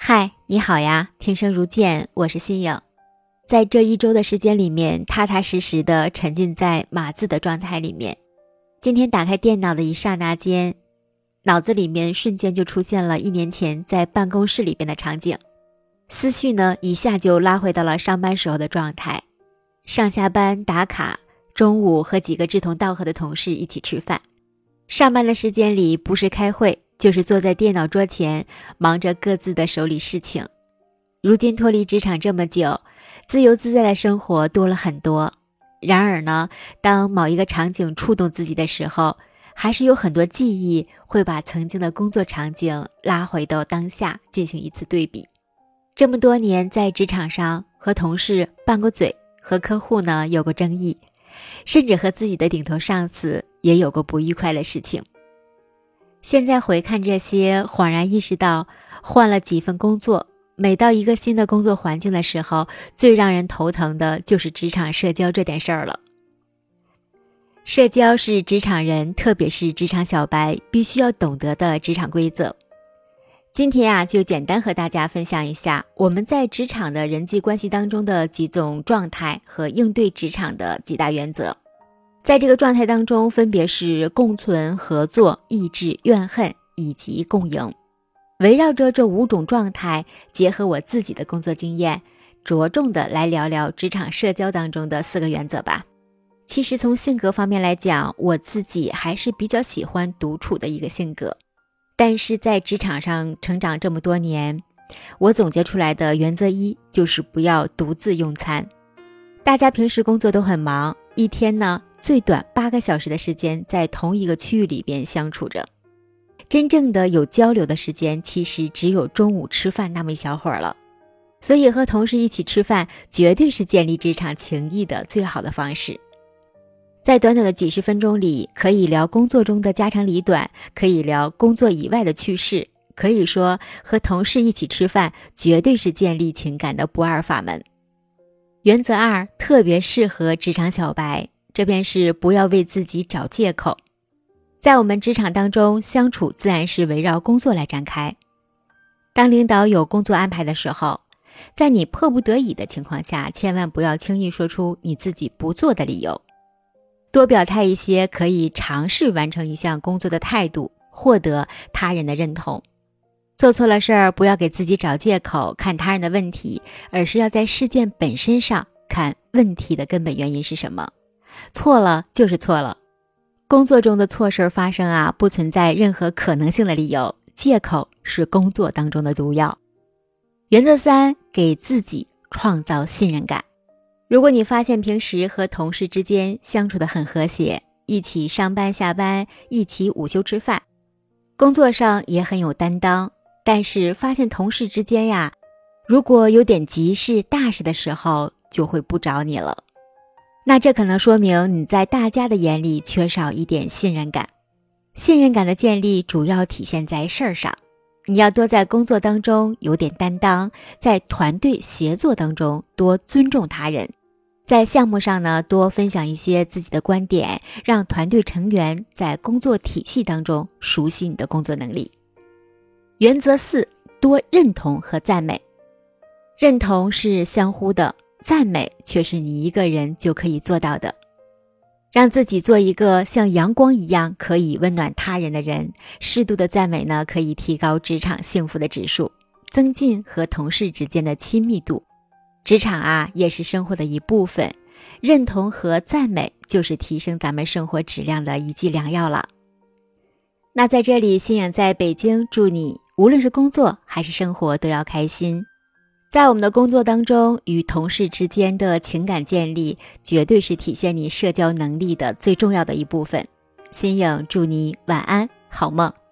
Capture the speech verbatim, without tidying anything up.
嗨，你好呀，听声如见，我是新颖。在这一周的时间里面，踏踏实实的沉浸在码字的状态里面。今天打开电脑的一刹那间，脑子里面瞬间就出现了一年前在办公室里边的场景，思绪呢一下就拉回到了上班时候的状态。上下班打卡，中午和几个志同道合的同事一起吃饭。上班的时间里不是开会，就是坐在电脑桌前，忙着各自的手里事情。如今脱离职场这么久，自由自在的生活多了很多。然而呢，当某一个场景触动自己的时候，还是有很多记忆会把曾经的工作场景拉回到当下进行一次对比。这么多年在职场上和同事拌过嘴，和客户呢有过争议，甚至和自己的顶头上司也有过不愉快的事情。现在回看这些，恍然意识到换了几份工作，每到一个新的工作环境的时候，最让人头疼的就是职场社交这点事儿了。社交是职场人，特别是职场小白必须要懂得的职场规则。今天啊，就简单和大家分享一下我们在职场的人际关系当中的几种状态和应对职场的几大原则。在这个状态当中，分别是共存、合作、抑制、怨恨以及共赢。围绕着这五种状态，结合我自己的工作经验，着重的来聊聊职场社交当中的四个原则吧。其实从性格方面来讲，我自己还是比较喜欢独处的一个性格，但是在职场上成长这么多年，我总结出来的原则一就是不要独自用餐。大家平时工作都很忙，一天呢最短八个小时的时间在同一个区域里边相处着，真正的有交流的时间其实只有中午吃饭那么一小会儿了。所以和同事一起吃饭绝对是建立职场情谊的最好的方式。在短短的几十分钟里，可以聊工作中的家长里短，可以聊工作以外的趣事，可以说和同事一起吃饭绝对是建立情感的不二法门。原则二，特别适合职场小白，这便是不要为自己找借口。在我们职场当中，相处自然是围绕工作来展开。当领导有工作安排的时候，在你迫不得已的情况下，千万不要轻易说出你自己不做的理由，多表态一些可以尝试完成一项工作的态度，获得他人的认同。做错了事儿，不要给自己找借口，看他人的问题，而是要在事件本身上看问题的根本原因是什么。错了就是错了。工作中的错事发生啊，不存在任何可能性的理由，借口是工作当中的毒药。原则三，给自己创造信任感。如果你发现平时和同事之间相处得很和谐，一起上班下班，一起午休吃饭，工作上也很有担当，但是发现同事之间呀，如果有点急事大事的时候，就会不找你了。那这可能说明你在大家的眼里缺少一点信任感。信任感的建立主要体现在事儿上，你要多在工作当中有点担当，在团队协作当中多尊重他人，在项目上呢多分享一些自己的观点，让团队成员在工作体系当中熟悉你的工作能力。原则四，多认同和赞美。认同是相互的，赞美却是你一个人就可以做到的。让自己做一个像阳光一样可以温暖他人的人，适度的赞美呢，可以提高职场幸福的指数，增进和同事之间的亲密度。职场啊，也是生活的一部分，认同和赞美就是提升咱们生活质量的一剂良药了。那在这里，新颖在北京祝你无论是工作还是生活都要开心。在我们的工作当中，与同事之间的情感建立，绝对是体现你社交能力的最重要的一部分。新颖祝你晚安，好梦。